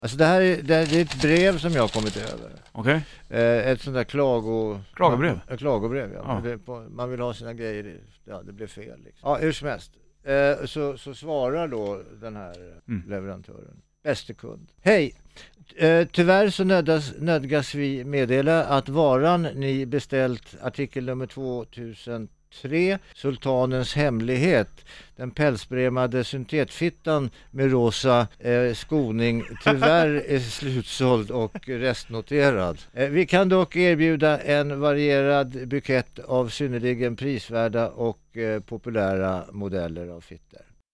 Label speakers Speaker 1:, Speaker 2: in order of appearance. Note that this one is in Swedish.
Speaker 1: Alltså det här är ett brev som jag har kommit över.
Speaker 2: Okej.
Speaker 1: Ett sånt där
Speaker 2: Klagobrev?
Speaker 1: Ett klagobrev, ja.
Speaker 2: Ja.
Speaker 1: Man vill ha sina grejer, ja, det blev fel liksom. Ja, hur som helst. Så svarar då den här leverantören. Bäste kund. Hej! Tyvärr så nödgas vi meddela att varan ni beställt, artikel nummer 2003, Sultanens hemlighet, den pälsbremade syntetfittan med rosa skoning, tyvärr är slutsåld och restnoterad. Vi kan dock erbjuda en varierad bukett av synnerligen prisvärda och populära modeller av fittor.